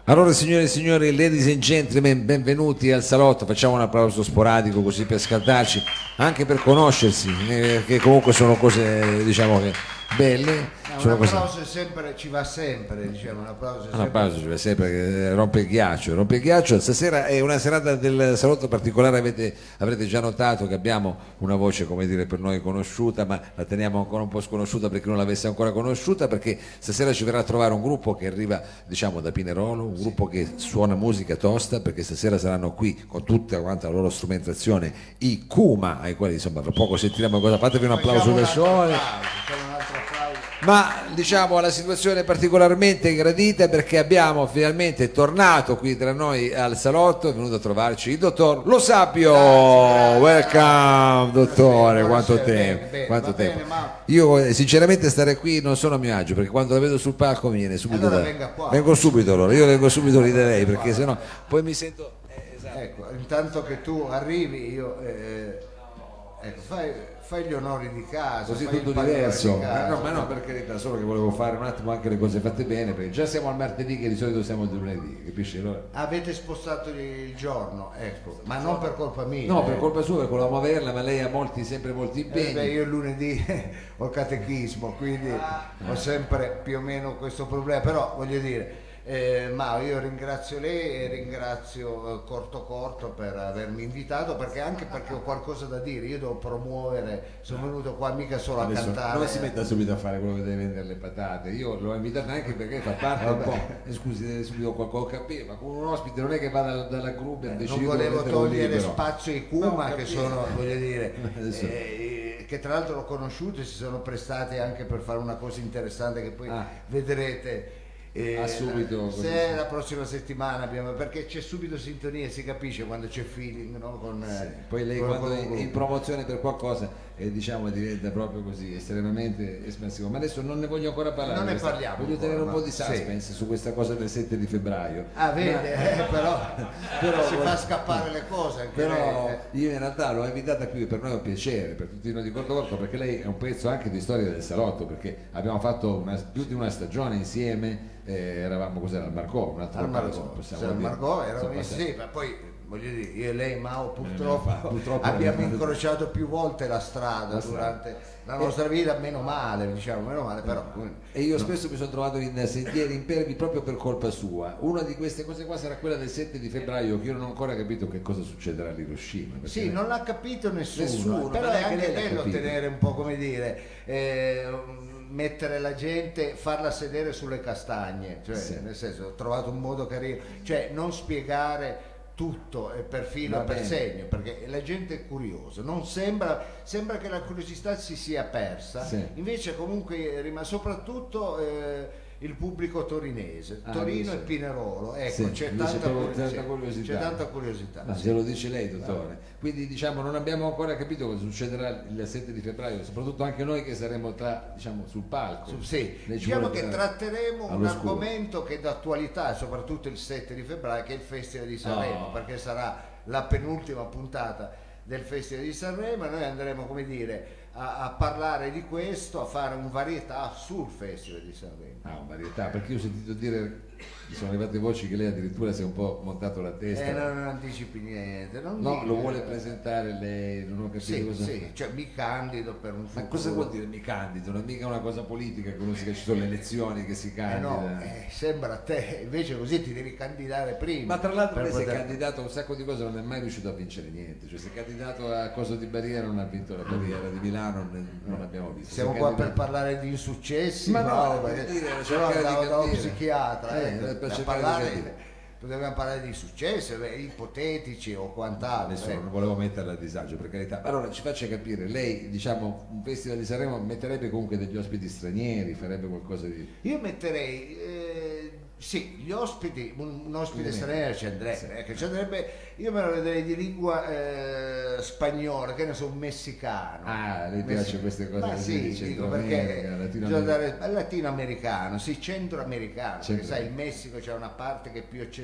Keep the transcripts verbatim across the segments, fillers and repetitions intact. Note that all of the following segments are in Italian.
Allora, signore e signori, ladies and gentlemen, benvenuti al salotto. Facciamo un applauso sporadico così per scaldarci, anche per conoscersi, eh, che comunque sono cose, diciamo, che belle. No, Sono un cose... applauso è sempre, ci va sempre, diciamo, un applauso è Un sempre... applauso ci va sempre, che rompe il ghiaccio, rompe il ghiaccio. Stasera è una serata del salotto particolare, avete, avrete già notato che abbiamo una voce, come dire, per noi conosciuta, ma la teniamo ancora un po' sconosciuta per chi non l'avesse ancora conosciuta, perché stasera ci verrà a trovare un gruppo che arriva, diciamo, da Pinerolo, un gruppo che suona musica tosta, perché stasera saranno qui con tutta quanta la loro strumentazione, i Kuma, ai quali insomma tra poco sentiremo cosa. Fatevi un applauso Facciamo un per altro sole. applauso, facciamo un altro applauso. Ma diciamo la situazione è particolarmente gradita perché abbiamo finalmente tornato qui tra noi al salotto, è venuto a trovarci il dottor Lo Sapio. Grazie, grazie. Welcome dottore, Buonasera, quanto buonasera, tempo, bene, bene, quanto va tempo. bene, ma- Io eh, sinceramente stare qui non sono a mio agio, perché quando la vedo sul palco mi viene subito Allora da... venga qua. vengo subito allora, io vengo subito lì da lei, perché sennò poi mi sento eh, esatto. Ecco, intanto che tu arrivi io... eh, ecco, fai, fai gli onori di casa, Così fai tutto il padrone diverso. di casa. Ma no, ma no, per carità, solo che volevo fare un attimo anche le cose fatte bene, perché già siamo al martedì, che di solito siamo il lunedì, capisci? Allora... Avete spostato il giorno, ecco, ma non per colpa mia. No, eh. per colpa sua, perché volevamo averla, ma lei ha molti, sempre molti Eh, impegni. beh, io il lunedì ho il catechismo, quindi ho sempre più o meno questo problema, però voglio dire, eh, ma io ringrazio lei e ringrazio eh, Corto Corto per avermi invitato, perché anche perché ho qualcosa da dire, io devo promuovere, sono venuto qua mica solo a Adesso cantare. non si metta subito a fare quello che deve vendere le patate. Io l'ho invitata anche perché fa parte un po'. Eh, scusi, deve subito qualcosa capire, ma con un ospite non è che va dalla, dalla Gruber, Non decido volevo metterlo togliere libero. spazio ai No, Kuma, che capito. sono, voglio dire, Adesso- eh, che tra l'altro l'ho conosciuto e si sono prestati anche per fare una cosa interessante che poi Ah. vedrete. Eh, Ah, subito, così, se sì. la prossima settimana abbiamo, perché c'è subito sintonia, si capisce quando c'è feeling, no? Con, Sì. eh, Poi lei con- quando con è un gruppo. in promozione per qualcosa eh, diciamo diventa proprio così estremamente espansivo. Ma adesso non ne voglio ancora parlare. Non ne questa- parliamo Voglio ancora, tenere un ma- po' di sì. suspense su questa cosa del sette di febbraio. Ah, vede, eh, però, Però si voglio- fa scappare le cose anche Però lei, eh. io in realtà l'ho invitata qui, per noi è un piacere, per tutti noi di Corto Corto, perché lei è un pezzo anche di storia del salotto, perché abbiamo fatto una- più di una stagione insieme, eh, eravamo cos'era al Marcò, un'altra Al volta, Margò, insomma, possiamo sì, al dire. Margò era Insomma, sì, ma poi voglio dire, io e lei Mao fa- purtroppo, purtroppo abbiamo abbiamo- incrociato più volte la strada La strada. durante la nostra vita, meno male, diciamo, meno male, però E io spesso mi sono trovato in sentieri impervi proprio per colpa sua. Una di queste cose qua sarà quella del sette di febbraio, che io non ho ancora capito che cosa succederà a Hiroshima. perché- sì, non l'ha capito nessuno, Nessuno, però ma è neanche anche lei l'ha bello capito. tenere un po', come dire, eh, mettere la gente, farla sedere sulle castagne, cioè Sì. nel senso, ho trovato un modo carino, cioè non spiegare tutto e per filo Va e per bene. segno, perché la gente è curiosa, non sembra, sembra che la curiosità si sia persa, Sì. invece comunque rimane soprattutto eh, il pubblico torinese, Ah, Torino sì. e Pinerolo, ecco, Sì, c'è, invece tanta proprio curiosità, tanta curiosità. c'è tanta curiosità. Ma sì. se lo dice lei, dottore. Quindi diciamo non abbiamo ancora capito cosa succederà il sette di febbraio, soprattutto anche noi che saremo tra, diciamo, sul palco. Su- Sì, Lei ci diciamo vuole che tirare tratteremo un all'oscuro. argomento che è d'attualità, soprattutto il sette di febbraio, che è il Festival di Sanremo, Oh. perché sarà la penultima puntata del Festival di Sanremo e noi andremo, come dire, a, a parlare di questo, a fare un varietà sul Festival di Sanremo. Ah, una varietà, perché io ho sentito dire, mi sono arrivate voci che lei addirittura si è un po' montato la testa. E non, non anticipi niente. Non No, dico- lo vuole presentare lei, non ho capito Sì, cosa. sì, cioè mi candido per un futuro. Ma cosa vuol dire mi candido? Non è mica una cosa politica che uno si- che ci sono le elezioni che si Eh candida. no, eh, sembra a te, invece così ti devi candidare prima. Ma tra l'altro per lei si è poter- candidato a un sacco di cose, non è mai riuscito a vincere niente. Cioè si è candidato a Coso di Barriera, non ha vinto la barriera di Milano, non non abbiamo visto. Siamo Si è qua per candidato- parlare di insuccessi, Ma no, no, voglio perché dire, se no cercare di andavo dallo capire. psichiatra, Eh, ecco, per da cercare di parlare, capire. potevamo parlare di successi, beh, ipotetici o quant'altro. Adesso ecco. non volevo metterla a disagio, per carità. Allora ci faccia capire, lei diciamo un festival di Sanremo metterebbe comunque degli ospiti stranieri, farebbe qualcosa di... Io metterei, eh, sì, gli ospiti, un, un ospite Sì. straniero ci andrebbe, Sì. ecco, ci andrebbe, io me lo vedrei di lingua eh, spagnola, che ne so, un messicano. Ah, le piace queste cose Ma così sì, di dico Centro perché America, Latino bisogna America. dare- è latinoamericano, sì, centroamericano, perché Centro- sai, il Messico c'è una parte che è più, occen-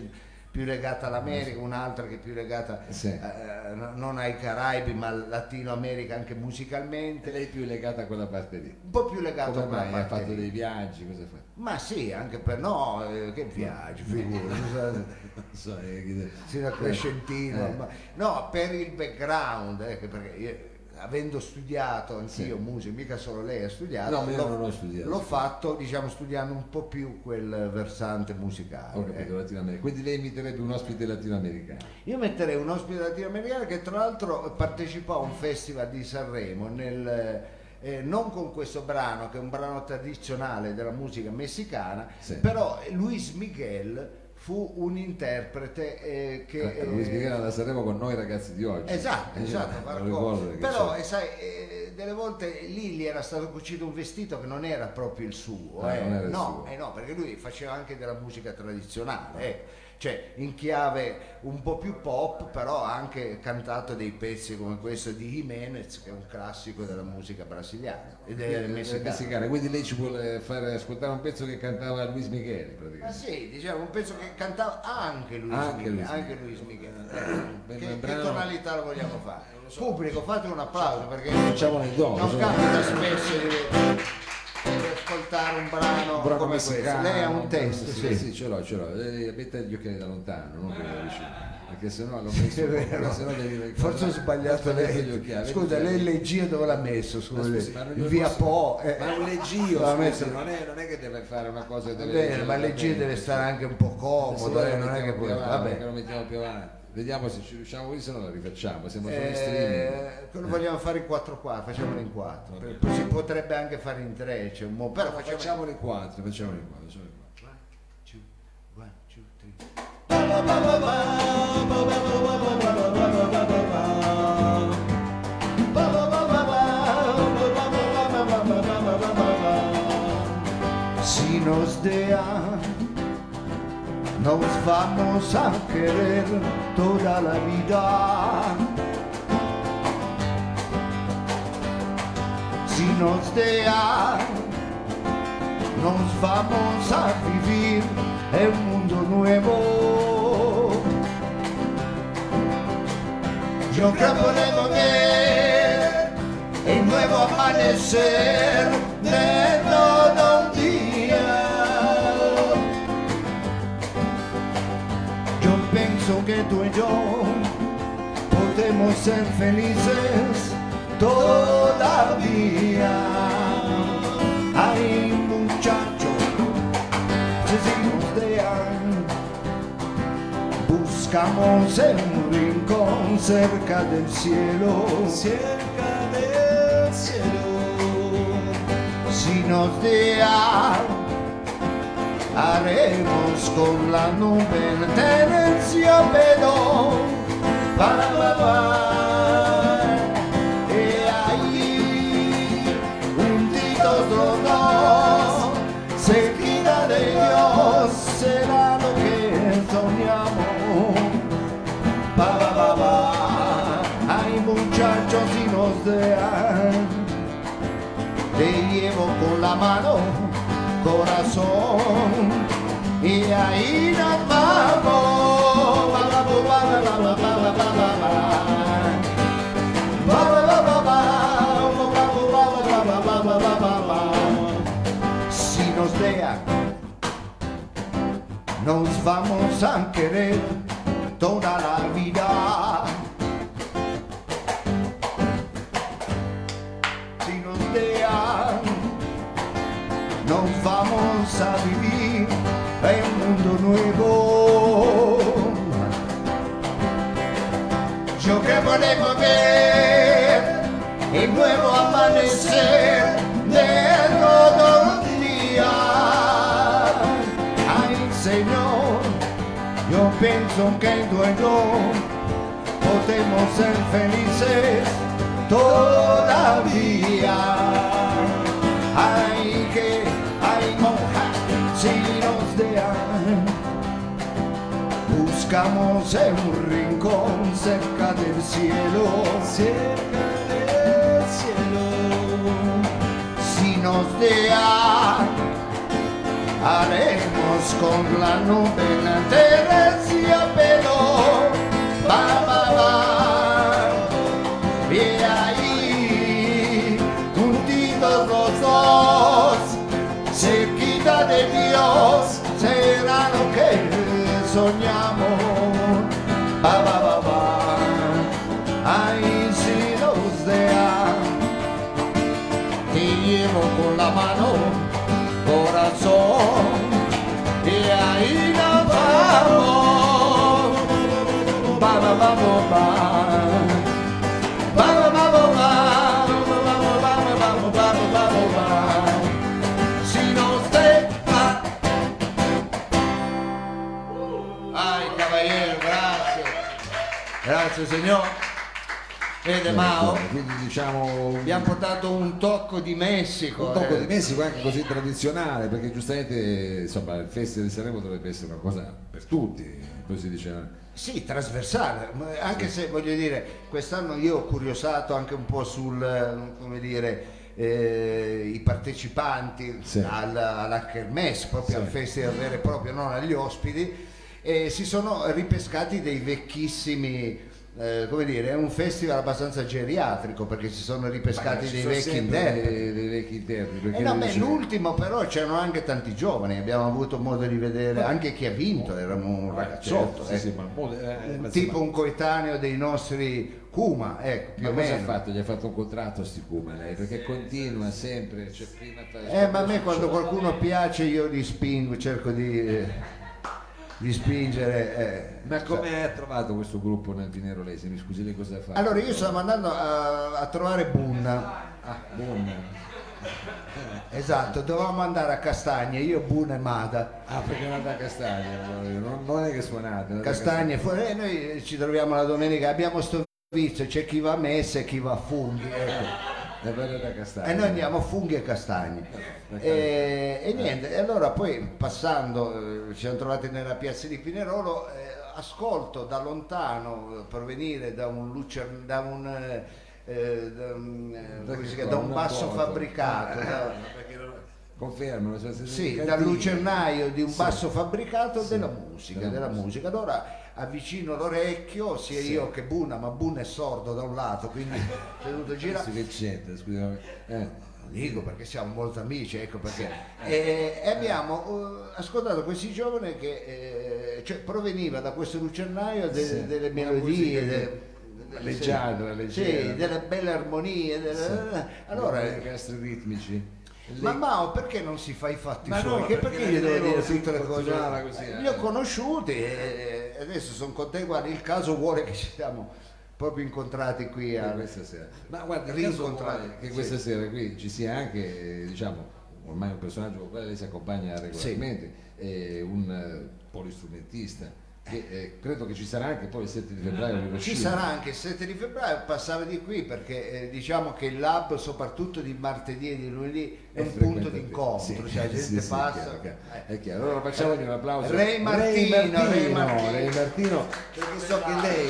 più legata all'America, un'altra che è più legata Sì. eh, non ai Caraibi ma al Latino America anche musicalmente. E lei è più legata a quella parte lì. Un po' più legato Come a quella mai? Ha parte fatto lì. dei viaggi, cosa fa? Ma sì, anche per no, eh, che viaggi, figurati, Non so, eh, chi- sino a Crescentino. Eh. Ma- no, per il background, eh, che perché io, avendo studiato anch'io Sì. musica, mica solo lei ha studiato, No, ma io l'ho, non ho studiato, l'ho sì. fatto diciamo studiando un po' più quel versante musicale. Ho capito, eh. Latino America. Quindi lei imiterebbe un ospite latinoamericano. Io metterei un ospite latinoamericano che tra l'altro partecipò a un festival di Sanremo nel, eh, non con questo brano che è un brano tradizionale della musica messicana, Sì. però Luis Miguel fu un interprete eh, che Eh, Luis eh, Miguel alla Sanremo con noi ragazzi di oggi. esatto, Eh, esatto, non Marco. ricordo che Però c'è. eh, sai, eh, delle volte lì gli era stato cucito un vestito che non era proprio il suo, Ah, eh. non era il no, suo. eh no, perché lui faceva anche della musica tradizionale, eh. Cioè in chiave un po' più pop, però ha anche cantato dei pezzi come questo di Jiménez, che è un classico della musica brasiliana ed è Eh, messicana. messicana. Quindi lei ci vuole fare ascoltare un pezzo che cantava Luis Miguel Ma praticamente. sì, diciamo un pezzo che cantava anche Luis Anche Miguel, Luis anche Miguel. Luis Miguel. Bel che, che brano. tonalità lo vogliamo fare? Pubblico, fate un applauso perché Facciamone il dono, non sì. capita spesso di, di ascoltare un brano, Un brano come questo. messicano. Lei ha un testo, sì, sì. sì, ce l'ho, ce l'ho. Eh, metta gli occhiali da lontano, non che da vicino. Perché sennò l'ho messo. È vero. sennò devi ricordare- Forse ho sbagliato Metti gli lei. occhiali. Scusa, Metti- lei il leggio dove l'ha messo? Ma Scusa, scusi, ma non in gli via posso- Po. eh. Ma è un leggio, L'ha scusi, messo- non, è, non è che deve fare una cosa che deve Bene, leggere ma il da leggio mente, deve sì. stare anche un po' comodo, Se eh, no non lo è che mettiamo poi più avanti, vabbè. che lo mettiamo più avanti. Vediamo se ci riusciamo così, se no la rifacciamo. Siamo solo in Eh, streaming. quello vogliamo fare in quattro qua, facciamolo in quattro. Per- poi si potrebbe anche fare in tre, cioè, mo- però facciamo Facciamoli in quattro, facciamoli in quattro. facciamoli in quattro. One, two, one, two, three. Si nos dea, nos vamos a querer toda la vida. Si nos dea, nos vamos a vivir en un mundo nuevo. Yo creo que podemos ver el nuevo amanecer de todo un día. Yo pienso que tú y yo podemos ser felices todavía. Hay muchachos que si nos dejan, buscamos en un rincón cerca del cielo, cerca del cielo. Si nos dejan, haremos con la nube tenencia, pero para y ahí hundidos los dos, cerquita de Dios será lo que soñamos. Pa, pa, pa, pa. Hay muchachos y nos dejan, te llevo con la mano, corazón, y ahí nos vamos. Pa, pa, pa, pa, pa, pa, pa, pa, pa, pa. Pa, pa, pa, pa, pa. Pa, pa, pa, pa, pa, pa, pa, pa. Si nos dejan, nos vamos a querer toda la vida. Si nos dejan, nos vamos a vivir en un mundo nuevo. Yo que podemos ver el nuevo amanecer de todo un día. Ay, Señor, yo pienso que tú y yo podemos ser felices todavía. Hay que, hay monja, si nos dejan, buscamos en un rincón cerca del cielo, cerca del cielo. Si nos dejan, haremos con la nube la terracia, sogniamo, ba ba ba ba, ahí sí los deja, te llevo con la mano, corazón, y ahí nos vamos, ba ba ba ba ba, ba ba ba ba ba, ba ba ba ba ba, si nos deja. Ay, caballero, grazie. Grazie signor. Vede Mao? Quindi diciamo Abbiamo portato un tocco di Messico. un tocco eh. di Messico anche così tradizionale, perché giustamente insomma il Festival di Sanremo dovrebbe essere una cosa per tutti, poi si dice. Sì, trasversale, ma anche se voglio dire, quest'anno io ho curiosato anche un po' sul, eh, come dire, eh, i partecipanti Sì. alla, alla Kermesse, proprio Sì. al festival vero e proprio, non agli ospiti, e si sono ripescati dei vecchissimi. Eh, come dire, è un festival abbastanza geriatrico perché si sono ripescati Ci dei sono vecchi sempre interpreti. dei, dei vecchi interpreti, perché Eh no, beh, dice- l'ultimo però c'erano anche tanti giovani, abbiamo avuto modo di vedere anche chi ha vinto, era un ragazzotto, Certo, sì, eh. sì, ma il mondo- eh, Un ma tipo insomma, un coetaneo dei nostri Kuma, ecco, più ma o cosa ha meno. fatto? Gli ha fatto un contratto a sti Kuma lei? Perché continua sempre, cioè prima fa- Eh, ma a me quando qualcuno piace io li spingo, cerco di, eh, di spingere. eh. Ma come ha trovato questo gruppo nel Pinero lei? Se mi scusi, lei cosa ha fatto? Allora io stavo andando a, a trovare Bunna, Ah, buon. esatto, dovevamo andare a Castagne, io, Bunna e Mada. Ah, perché non da Castagna, non, non è che suonate. non è da Castagne fuori, e noi ci troviamo la domenica, abbiamo sto vizio, c'è chi va a messa e chi va a funghi, ecco. È vero da Castagna. E noi andiamo a funghi e castagni. E, e niente, e allora poi passando, eh, ci siamo trovati nella piazza di Pinerolo, eh, ascolto da lontano eh, provenire da un, lucer, da un, eh, eh, da un, eh, Da come che si chiama? cosa? Da un Un basso apporto. fabbricato. Ah, da- perché non- Confermano, sono stati sì, cattivi. dal lucernaio di un Sì. basso fabbricato Sì, della musica, della della musica. musica. Allora avvicino l'orecchio, sia Sì. io che Bunna, ma Bunna è sordo da un lato, quindi ho dovuto girare. Adesso che c'entra, scusami. Eh. Dico perché siamo molto amici, ecco perché. E, e abbiamo eh, ascoltato questi giovani che eh, cioè, proveniva da questo lucernaio de- Sì. delle Una melodie, musica de- che- delle- leggiadra, leggera. sì, delle belle armonie. delle- Sì. Allora, i castri ritmici. ma Lei- Mao, perché non si fa i fatti Ma suoi? no, Che perché perché gli devo lei dire si tutte le cose? continuava così, eh. Li ho conosciuti e e adesso sono contento. Guarda, il caso vuole che ci siamo proprio incontrati qui per a questa sera. Ma guarda, il caso rincontrati. vuole che Sì. questa sera qui ci sia anche, eh, diciamo, ormai un personaggio con il quale lei si accompagna regolarmente, eh, un eh, polistrumentista. Che, eh, credo che ci sarà anche poi il sette di febbraio a Ci Hiroshima. sarà anche il sette di febbraio, passare di qui perché eh, diciamo che il lab, soprattutto di martedì e di lunedì, è un punto di incontro, Sì, cioè la gente sì, sì, passa. è chiaro, chiaro. eh. È chiaro. Allora facciamogli un applauso. Ray Martino, Ray Martino, Ray Martino. Ray Martino, perché so che lei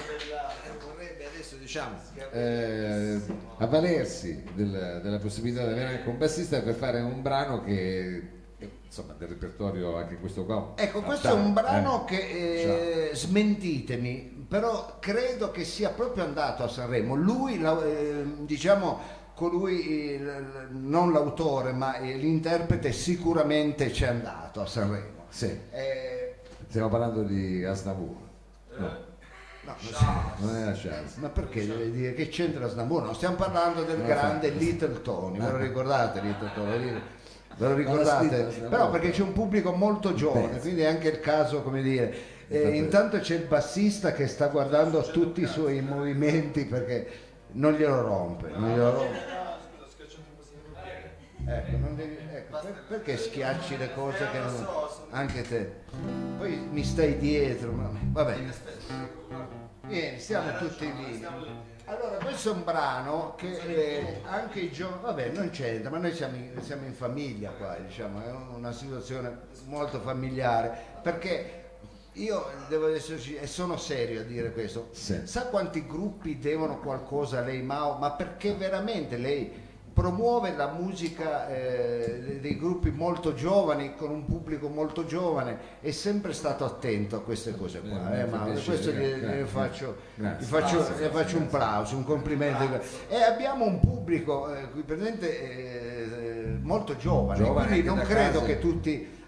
vorrebbe adesso diciamo eh, avvalersi del- della possibilità di avere anche un bassista per fare un brano che eh, insomma del repertorio anche questo qua. Ecco, questo Ah, è un eh. brano che, eh, smentitemi, però credo che sia proprio andato a Sanremo. Lui, la- eh, diciamo, colui, eh, l- non l'autore, ma eh, l'interprete sicuramente c'è andato a Sanremo. Sì, Eh, stiamo parlando di Aznavour. No, no, non si- non è la Charles. Ma perché deve dire che c'entra Snambur? No, stiamo parlando del Non grande fa- Little Tony, ve lo Ah. ricordate Little Tony? Ve lo scritto ricordate? Snambur. Però perché c'è un pubblico molto giovane, Penso. quindi è anche il caso, come dire. Eh, Infatti- intanto c'è il bassista che sta guardando tutti i suoi movimenti perché non glielo rompe, non glielo rompe. Ecco, non devi- ecco, per- perché schiacci le cose che non. Anche te. Poi mi stai dietro, ma vabbè. Vieni, stiamo tutti lì. Allora, questo è un brano che eh, anche i giovani, vabbè, non c'entra, ma noi siamo in, siamo in famiglia qua, diciamo, è una situazione molto familiare, perché io devo esserci, e sono serio a dire questo, Sì. sa quanti gruppi devono qualcosa a lei, Mao, ma perché veramente lei promuove la musica eh, dei gruppi molto giovani, con un pubblico molto giovane, è sempre stato attento a queste cose qua, Eh, eh, mi fa Mao, piacere, questo gli, grazie. gli faccio, Grazie. gli faccio, Grazie, gli grazie, faccio un grazie. plauso, un complimento. E abbiamo un pubblico eh, qui presente eh, molto giovane, Giovane quindi anche non da credo casa. che tutti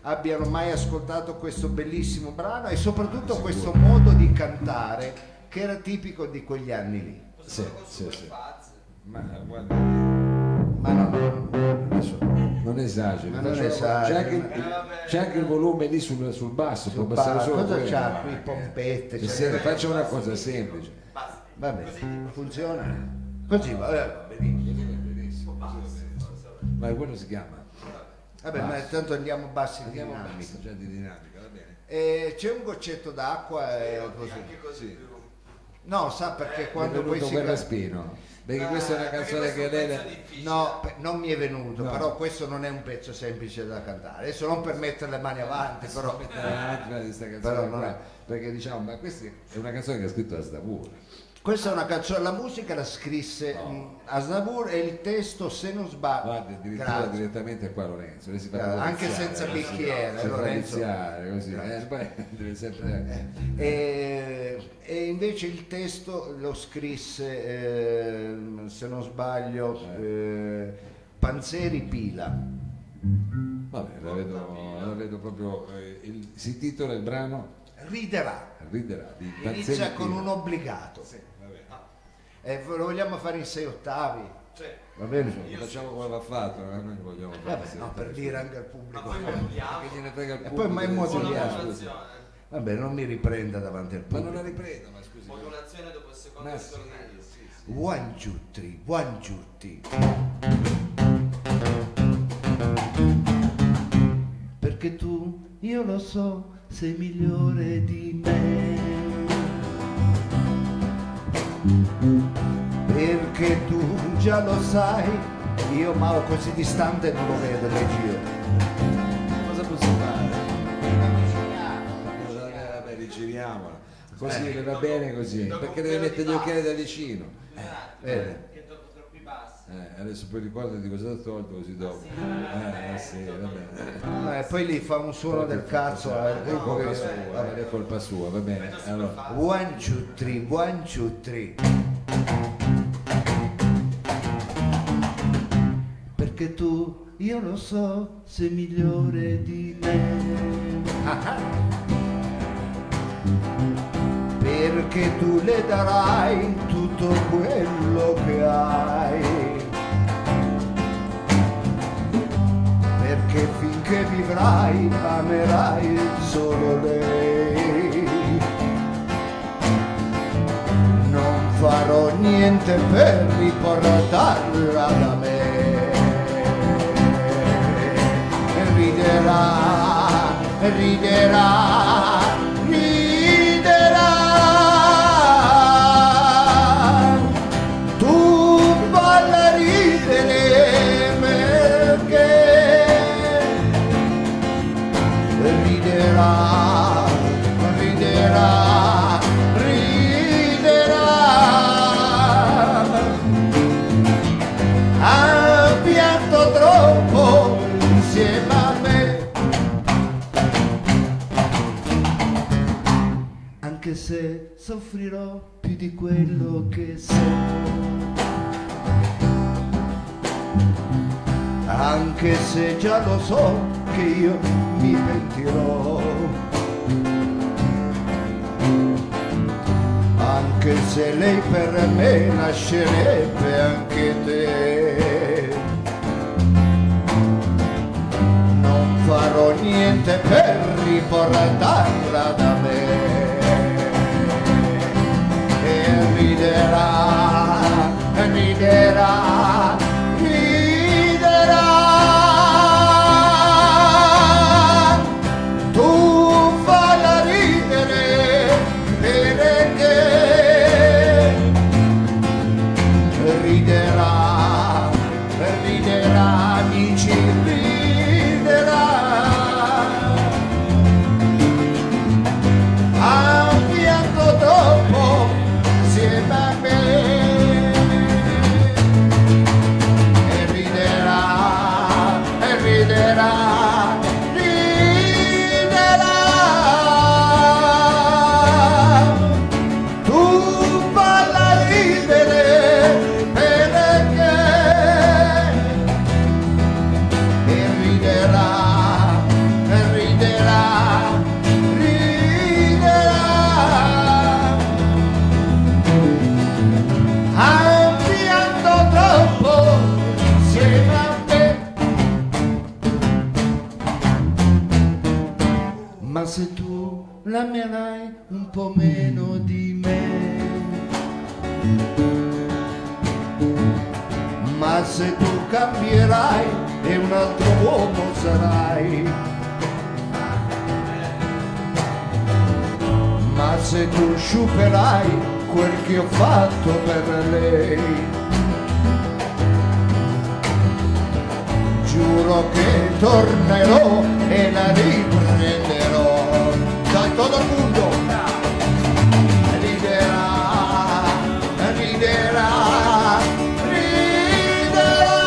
abbiano mai ascoltato questo bellissimo brano e soprattutto questo modo di cantare che era tipico di quegli anni lì. Sì, sì, sì. Ma guarda, Ma no, no, no, adesso non esageri, Ma non facciamo- esageri. c'è, anche il, c'è anche il volume lì sul, sul basso, può Pa- passare solo cosa quello. c'ha qui? Pompette, Sì, c'è- sì, faccia una cosa semplice. va bene, funziona così, va bene, va benissimo. Ma quello si chiama. Vabbè, ma tanto andiamo bassi Andiamo dinamici. basta, già di dinamica, va bene. E c'è un goccetto d'acqua e così. No, sa perché È quando poi venuto si quel ca- respiro, perché questa è una canzone che lei... No, pe- non mi è venuto, No. però questo non è un pezzo semplice da cantare. Adesso non per mettere le mani avanti, però Mettere di questa canzone Però non qua, è- perché diciamo, ma questa è una canzone che ha scritto Aznavour. questa è una canzone, la musica la scrisse mh, Aznavour e il testo, se non sbaglio, Guarda, addirittura grazie. direttamente qua Lorenzo, lei si fa Eh, proprio anche viziare, senza così. bicchiere, Si fa Lorenzo. viziare, così, eh, poi deve sempre... E, e invece il testo lo scrisse, ehm, se non sbaglio, eh, Panzeri Pila. Vabbè, la vedo, la vedo proprio... eh, il, si titola il brano Riderà, Riderà di inizia Panzeri con Pino. un obbligato. Sì, vabbè. E lo vogliamo fare in sei ottavi? Va bene? Facciamo come va fatto, eh, noi vogliamo fare Vabbè, sì. no, per dire anche al pubblico. Che gliene frega il E pubblico poi mai del- moduliamo. scusi. Vabbè, non mi riprenda davanti al Ma non pubblico. la riprendo, ma scusi. Modulazione dopo il secondo Ma sì, ritornello. sì, sì. Buon giutri, buon giutti. Perché tu, io lo so, sei migliore di me. Perché tu già lo sai, io Mao così distante non lo vedo, legio. Cosa posso fare? Vabbè, vabbè, rigiriamola. Così le va bene così. Perché deve mettere gli occhiali da vicino. Eh. Che dopo troppi bassi. Eh, adesso poi ricordati cosa ho tolto così dopo. Eh, sì, vabbè. Eh, poi lì fa un suono del cazzo a È Enrico colpa che... sua, vabbè. è colpa sua, va bene. Allora, One, two, three, one, two, three. Perché tu, io lo so, sei migliore di me. Perché tu le darai tutto quello che hai. Perché finché vivrai amerai solo lei. Non farò niente per riportarla da me. Riderà, riderà, riderà. Tu balla ridere perché riderà, riderà, riderà. Ha pianto troppo insieme a me, anche se soffrirò più di quello che so, anche se già lo so che io mi pentirò, anche se lei per me lascerebbe anche te. Non farò niente per riportarla da me. E riderà, riderà, riderà. Tu falla ridere perché riderà, riderà, dici riderà. un po' meno di me. Ma se tu cambierai e un altro uomo sarai, ma se tu sciuperai quel che ho fatto per lei, giuro che tornerò e la riprenderò. Dai, tutto il mondo riderà, riderà, riderà.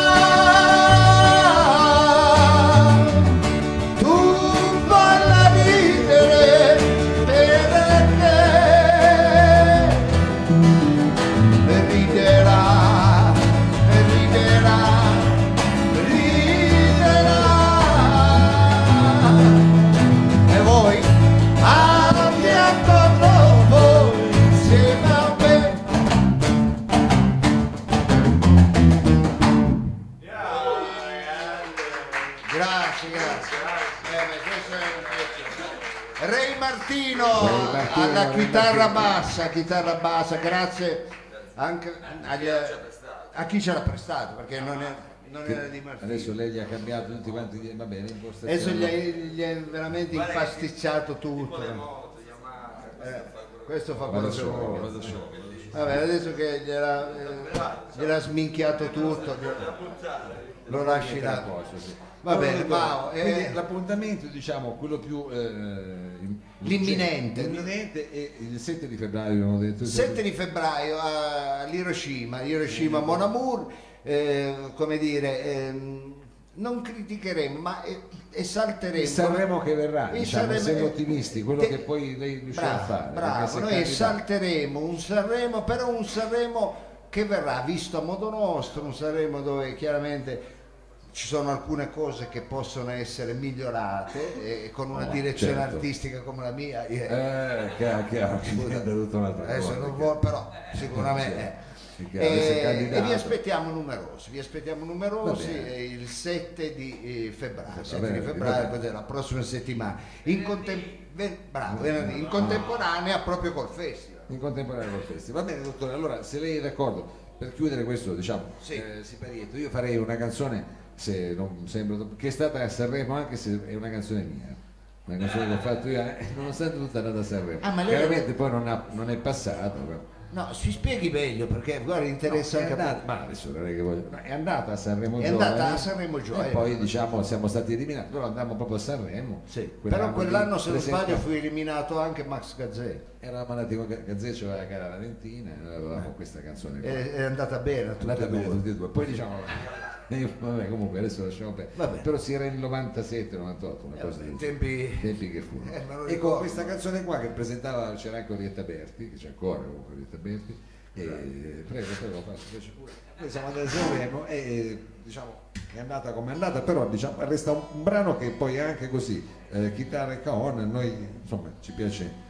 Tu falla ridere per te, riderà, riderà, riderà. E voi a fianco troppo insieme a me. Grazie, grazie. Eh, beh, questo è un piacere. Ray Martino, Ray Martino, alla Ray chitarra Martino. bassa, chitarra bassa, grazie anche agli, a chi ce l'ha prestato, perché non, è, non era di Martino. Adesso lei gli ha cambiato tutti quanti, gli- va bene, impostazione. Adesso gli hai, gli hai veramente impasticciato tutto. Moto, Yamaha, Eh, questo fa Vado quello che solo, vuole. vado solo. Vabbè, adesso che gliela, eh, gliela sminchiato tutto, lo lasci Niente da là. posto, sì. Va Allora, bene, dottore, Mao, eh, quindi l'appuntamento, diciamo, quello più eh, in- L'imminente. l'imminente è il sette di febbraio, abbiamo detto. sette di febbraio all'Hiroshima, Hiroshima Mon Amour, eh, come dire, ehm, non criticheremo ma eh, esalteremo. Il Sanremo che verrà, Il diciamo, Sanremo- essendo ottimisti, quello te- che poi lei riuscirà bravo, a fare. perché bravo, se noi candida- esalteremo un Sanremo, però un Sanremo che verrà visto a modo nostro, un Sanremo dove chiaramente ci sono alcune cose che possono essere migliorate e con una Oh, direzione certo. artistica come la mia io- Eh, chiaro, chiaro, ci diventa tutta un'altra adesso cosa, non chiaro. vuole, però sicuramente Sì, eh. sì, chiaro, adesso è Eh, candidato. e vi aspettiamo numerosi, vi aspettiamo numerosi Va bene. eh, il sette di eh, febbraio, Va sette bene, di va febbraio, bene. cos'è, la prossima settimana, in, contem- ve- bravo, venerdì, in contemporanea proprio col festival. In contemporanea col festival. Va bene, dottore, allora se lei è d'accordo, per chiudere questo, diciamo, Sì. eh, siparietto, io farei una canzone, se non sembra, che è stata a Sanremo, anche se è una canzone mia, una canzone che ho fatto io, eh, nonostante tutta è andata a Sanremo. Ah, ma lei- Chiaramente poi non, ha- non è passata, però. No, si spieghi meglio perché guarda interessa No, è anche a andata, ma adesso non è che voglio, no, è andata a Sanremo È Giovani, andata a Sanremo Giovani. e poi diciamo siamo stati eliminati, però andammo proprio a Sanremo. Sì, Quell'anno però quell'anno lì se non sbaglio presentiamo- fu eliminato anche Max Gazzè. eravamo andati con Gazzeccio aveva cara la ventina e noi avevamo questa canzone qua. È, è andata bene a È tutte andata e bene due. tutti e due. Poi diciamo, eh, vabbè, comunque adesso lasciamo Va perdere. bene. Però si era nel novantasette novantaotto, una Eh, cosa vabbè, del i genere. tempi- tempi che furono. Eh, me lo E con ricordo. questa canzone qua che presentava c'era anche Orietta Berti, che c'è ancora comunque Orietta Berti. E, prego, prego, faccio invece pure. Noi siamo andati a Sanremo e diciamo è andata come è andata, però diciamo, resta un, un brano che poi è anche così, eh, chitarra e cajon, a noi insomma ci piace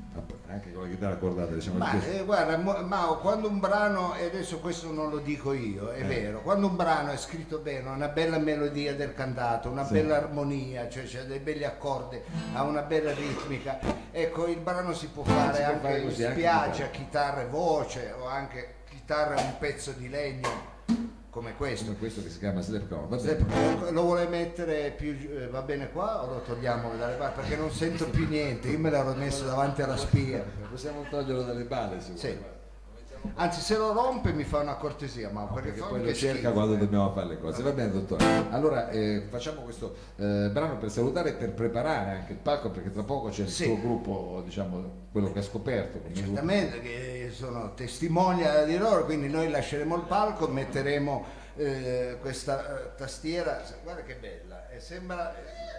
anche con la chitarra accordata, diciamo. Ma ci piace. eh, guarda, Mo- Mao, quando un brano, e adesso questo non lo dico io, è Eh. vero, quando un brano è scritto bene, ha una bella melodia del cantato, una Sì. bella armonia, cioè c'è dei belli accordi, ha una bella ritmica, ecco il brano si può fare Si può anche fare in così, anche spiaggia, chitarra e voce, o anche chitarra e un pezzo di legno come questo. Come questo che si chiama Slap Cajon. Va Se bene. lo vuole mettere più giù- eh, va bene qua o lo togliamo dalle parti? Perché non sento più niente, io me l'ero messo davanti alla spia. Possiamo toglierlo dalle balle se Sì. vuoi. Anzi, se lo rompe mi fa una cortesia, ma No, perché, perché fa poi un lo che cerca schifo. quando dobbiamo fare le cose. Va bene, dottore. Allora eh, facciamo questo eh, brano per salutare e per preparare anche il palco, perché tra poco c'è il Sì. suo gruppo, diciamo, quello che ha scoperto. come gruppo. Certamente che sono testimonia di loro, quindi noi lasceremo il palco, metteremo eh, questa eh, tastiera, guarda che bella, e sembra,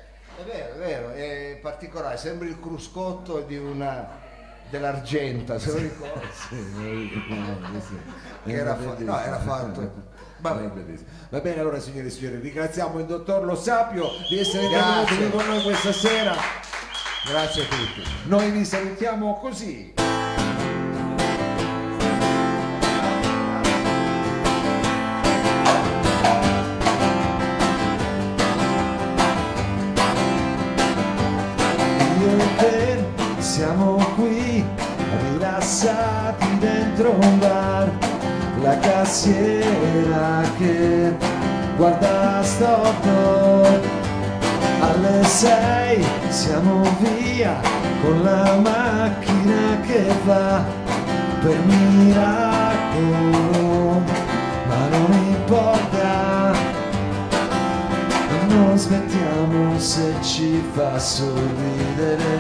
è vero, è vero, è particolare, sembra il cruscotto di una dell'Argenta, se lo ricordi. Sì, me lo ricordo, sì. Che era fa- bellissimo. no, era fatto. Vabbè. Era bellissimo. Va bene, allora signore e signori, ringraziamo il dottor Lo Sapio di essere Grazie. venuto qui con noi questa sera. Grazie a tutti. Noi vi salutiamo così. Io e te siamo qui rilassati dentro un bar, la cassiera che guarda storto. Alle sei siamo via con la macchina che va per miracolo, ma non importa, non smettiamo se ci fa sorridere.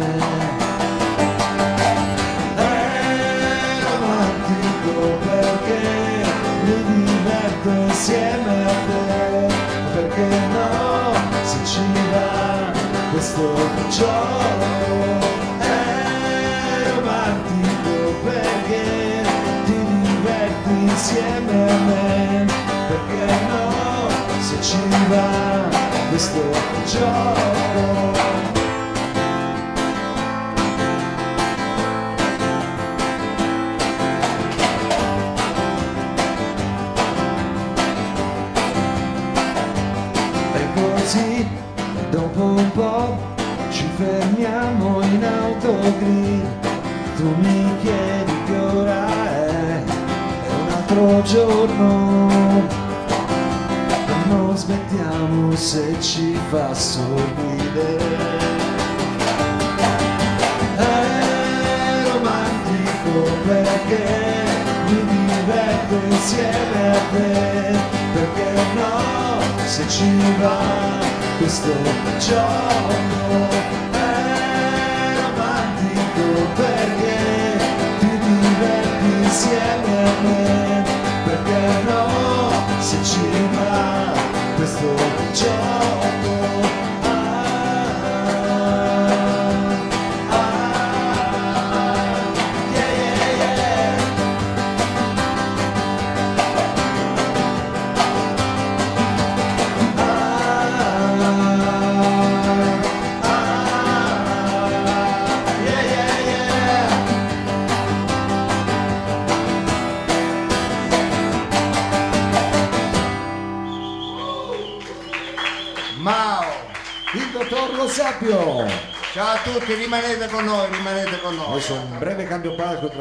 È romantico perché mi diverto insieme a te, perché no, se ci va questo gioco. È romantico perché ti diverti insieme a me, perché no, se ci va questo gioco. Così dopo un po' ci fermiamo in autogrill, tu mi chiedi che ora è, è un altro giorno, non smettiamo se ci fa sorridere. È romantico perché mi diverto insieme a te, perché no, se ci va questo gioco. È romantico perché ti diverti insieme a me, perché no, se ci va questo gioco. Mao, Il dottor Lo Sapio. ciao a tutti, rimanete con noi, rimanete con noi. Adesso un breve cambio palco tra